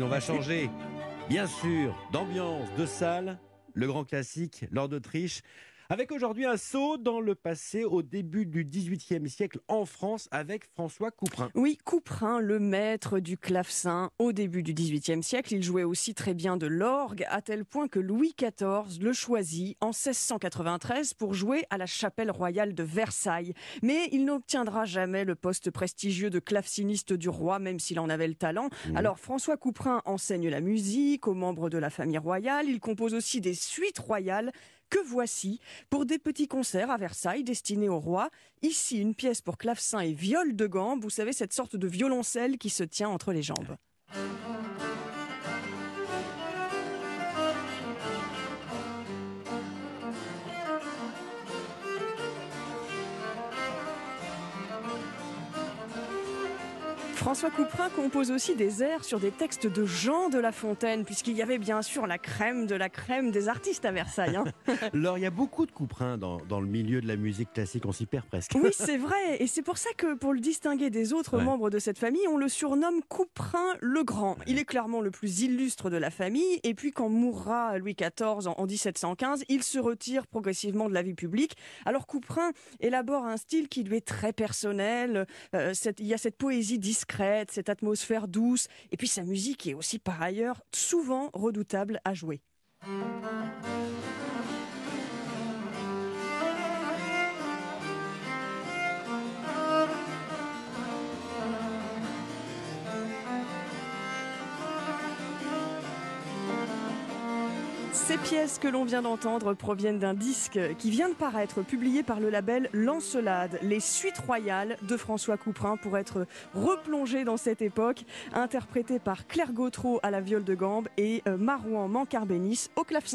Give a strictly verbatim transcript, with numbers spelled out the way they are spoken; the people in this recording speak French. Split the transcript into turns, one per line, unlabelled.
on va changer, bien sûr, d'ambiance, de salle, le grand classique, Lord d'Autriche, avec aujourd'hui un saut dans le passé au début du dix-huitième siècle en France avec François Couperin.
Oui, Couperin, le maître du clavecin au début du dix-huitième siècle. Il jouait aussi très bien de l'orgue, à tel point que Louis quatorze le choisit en seize cent quatre-vingt-treize pour jouer à la chapelle royale de Versailles. Mais il n'obtiendra jamais le poste prestigieux de claveciniste du roi, même s'il en avait le talent. Mmh. Alors François Couperin enseigne la musique aux membres de la famille royale. Il compose aussi des suites royales que voici pour des petits concerts à Versailles destinés au roi. Ici, une pièce pour clavecin et viol de gambe. Vous savez, cette sorte de violoncelle qui se tient entre les jambes. François Couperin compose aussi des airs sur des textes de Jean de La Fontaine, puisqu'il y avait bien sûr la crème de la crème des artistes à Versailles. Hein.
Alors, il y a beaucoup de Couperin dans, dans le milieu de la musique classique, on s'y perd presque.
Oui, c'est vrai, et c'est pour ça que, pour le distinguer des autres ouais. membres de cette famille, on le surnomme Couperin le Grand. Il est clairement le plus illustre de la famille, et puis quand mourra Louis quatorze en dix-sept cent quinze, il se retire progressivement de la vie publique. Alors Couperin élabore un style qui lui est très personnel, euh, cette, il y a cette poésie discrète, cette atmosphère douce, et puis sa musique est aussi par ailleurs souvent redoutable à jouer. Ces pièces que l'on vient d'entendre proviennent d'un disque qui vient de paraître, publié par le label Lancelade, les suites royales de François Couperin, pour être replongé dans cette époque, interprété par Claire Gautreau à la viole de gambe et Marouan Mancarbénis au clavecin.